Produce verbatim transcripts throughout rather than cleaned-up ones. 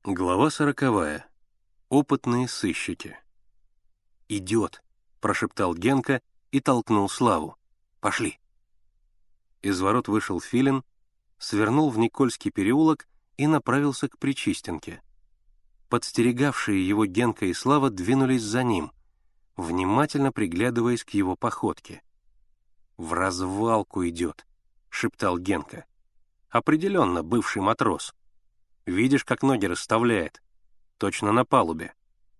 Глава сороковая. Опытные сыщики. «Идет», — прошептал Генка и толкнул Славу. «Пошли». Из ворот вышел Филин, свернул в Никольский переулок и направился к Причистенке. Подстерегавшие его Генка и Слава двинулись за ним, внимательно приглядываясь к его походке. «В развалку идет», — шептал Генка. «Определенно бывший матрос. Видишь, как ноги расставляет. Точно на палубе».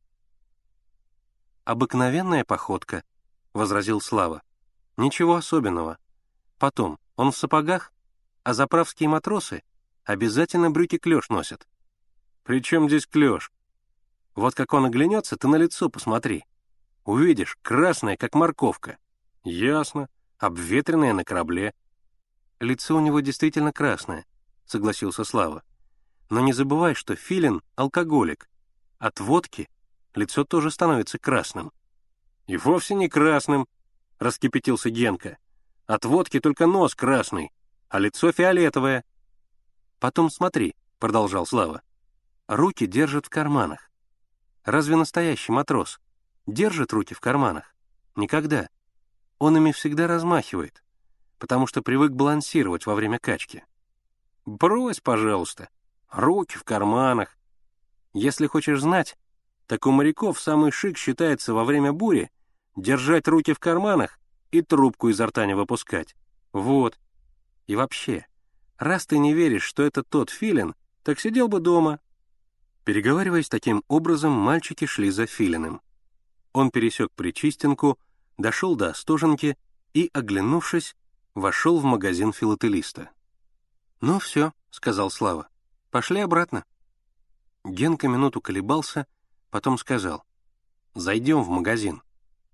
«Обыкновенная походка», — возразил Слава. «Ничего особенного. Потом, он в сапогах, а заправские матросы обязательно брюки-клёш носят». «При чем здесь клёш? Вот как он оглянется, ты на лицо посмотри. Увидишь, красное, как морковка». «Ясно. Обветренное на корабле». «Лицо у него действительно красное», — согласился Слава. «Но не забывай, что Филин — алкоголик. От водки лицо тоже становится красным». «И вовсе не красным», — раскипятился Генка. «От водки только нос красный, а лицо фиолетовое». «Потом смотри», — продолжал Слава. «Руки держат в карманах. Разве настоящий матрос держит руки в карманах? Никогда. Он ими всегда размахивает, потому что привык балансировать во время качки». «Брось, пожалуйста. Руки в карманах. Если хочешь знать, так у моряков самый шик считается во время бури держать руки в карманах и трубку изо рта не выпускать. Вот. И вообще, раз ты не веришь, что это тот Филин, так сидел бы дома». Переговариваясь таким образом, мальчики шли за Филиным. Он пересек Причистенку, дошел до Остоженки и, оглянувшись, вошел в магазин филателиста. «Ну все», — сказал Слава. «Пошли обратно». Генка минуту колебался, потом сказал: «Зайдем в магазин».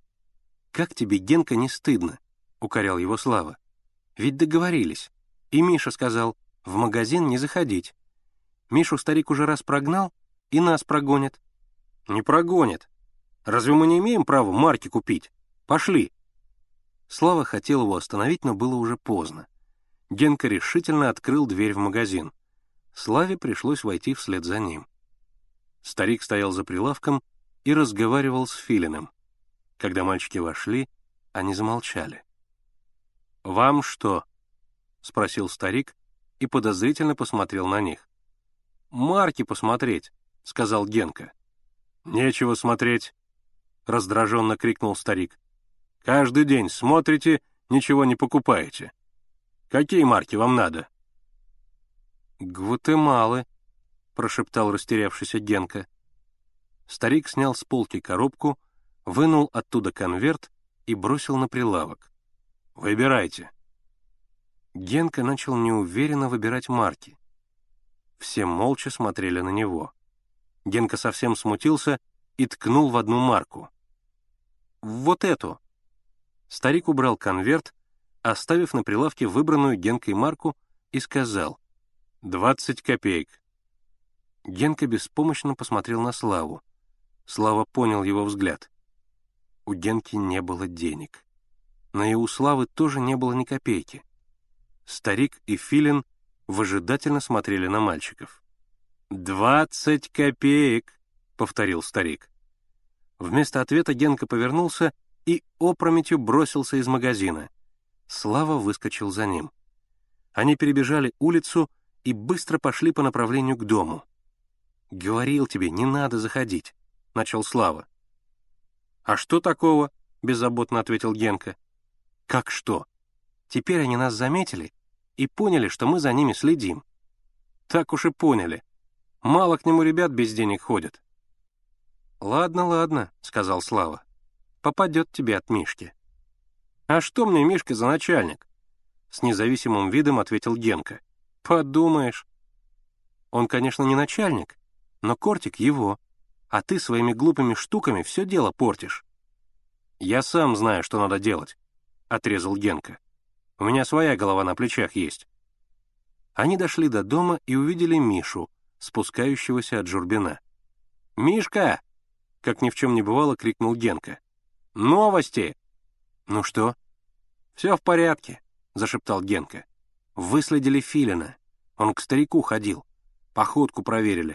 «Как тебе, Генка, не стыдно?» — укорял его Слава. «Ведь договорились. И Миша сказал, в магазин не заходить. Мишу старик уже раз прогнал, и нас прогонит». «Не прогонит. Разве мы не имеем права марки купить? Пошли». Слава хотел его остановить, но было уже поздно. Генка решительно открыл дверь в магазин. Славе пришлось войти вслед за ним. Старик стоял за прилавком и разговаривал с Филиным. Когда мальчики вошли, они замолчали. «Вам что?» — спросил старик и подозрительно посмотрел на них. «Марки посмотреть», — сказал Генка. «Нечего смотреть», — раздраженно крикнул старик. «Каждый день смотрите, ничего не покупаете. Какие марки вам надо?» «Гватемалы», — прошептал растерявшийся Генка. Старик снял с полки коробку, вынул оттуда конверт и бросил на прилавок. «Выбирайте». Генка начал неуверенно выбирать марки. Все молча смотрели на него. Генка совсем смутился и ткнул в одну марку. «Вот эту». Старик убрал конверт, оставив на прилавке выбранную Генкой марку, и сказал: «Двадцать копеек». Генка беспомощно посмотрел на Славу. Слава понял его взгляд. У Генки не было денег. Но и у Славы тоже не было ни копейки. Старик и Филин выжидательно смотрели на мальчиков. «Двадцать копеек», — повторил старик. Вместо ответа Генка повернулся и опрометью бросился из магазина. Слава выскочил за ним. Они перебежали улицу и быстро пошли по направлению к дому. «Говорил тебе, не надо заходить», — начал Слава. «А что такого?» — беззаботно ответил Генка. «Как что? Теперь они нас заметили и поняли, что мы за ними следим». «Так уж и поняли. Мало к нему ребят без денег ходят». «Ладно, ладно», — сказал Слава. «Попадет тебе от Мишки». «А что мне Мишка за начальник?» — с независимым видом ответил Генка. «Подумаешь». «Он, конечно, не начальник, но кортик его, а ты своими глупыми штуками все дело портишь». «Я сам знаю, что надо делать», — отрезал Генка. «У меня своя голова на плечах есть». Они дошли до дома и увидели Мишу, спускающегося от Журбина. «Мишка!» — как ни в чем не бывало, крикнул Генка. «Новости!» «Ну что?» «Все в порядке», — зашептал Генка. «Выследили Филина. Он к старику ходил. Походку проверили.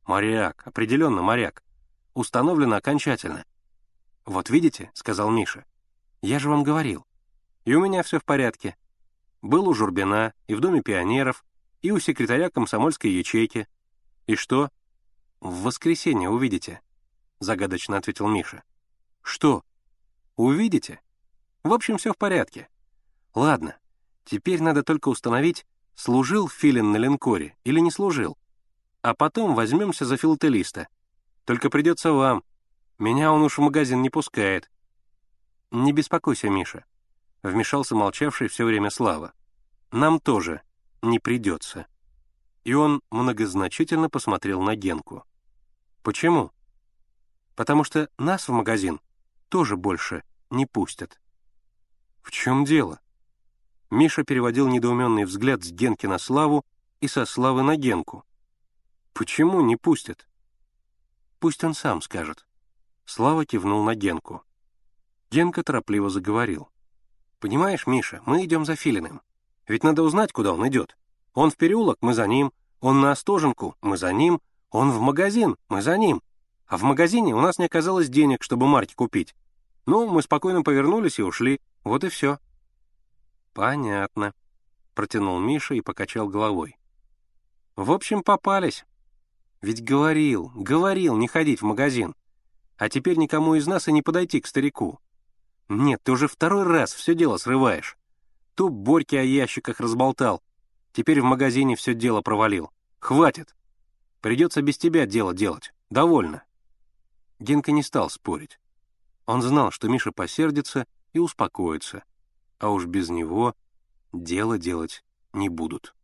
Моряк, определенно моряк. Установлено окончательно. «Вот видите», — сказал Миша, — «я же вам говорил. И у меня все в порядке. Был у Журбина, и в Доме пионеров, и у секретаря комсомольской ячейки. И что?» «В воскресенье увидите», — загадочно ответил Миша. «Что?» «Увидите. В общем, все в порядке. Ладно, теперь надо только установить, служил Филин на линкоре или не служил. А потом возьмемся за филателиста. Только придется вам. Меня он уж в магазин не пускает». «Не беспокойся, Миша», — вмешался молчавший все время Слава. «Нам тоже не придется». И он многозначительно посмотрел на Генку. «Почему?» «Потому что нас в магазин тоже больше не пустят». «В чем дело?» Миша переводил недоуменный взгляд с Генки на Славу и со Славы на Генку. «Почему не пустят?» «Пусть он сам скажет». Слава кивнул на Генку. Генка торопливо заговорил. «Понимаешь, Миша, мы идем за Филиным. Ведь надо узнать, куда он идет. Он в переулок, мы за ним. Он на Остоженку, мы за ним. Он в магазин, мы за ним. А в магазине у нас не оказалось денег, чтобы марки купить. Ну, мы спокойно повернулись и ушли. Вот и все». «Понятно», — протянул Миша и покачал головой. «В общем, попались. Ведь говорил, говорил не ходить в магазин. А теперь никому из нас и не подойти к старику. Нет, ты уже второй раз все дело срываешь. То Борьке о ящиках разболтал, теперь в магазине все дело провалил. Хватит. Придется без тебя дело делать. Довольно». Генка не стал спорить. Он знал, что Миша посердится и успокоится, а уж без него дело делать не будут.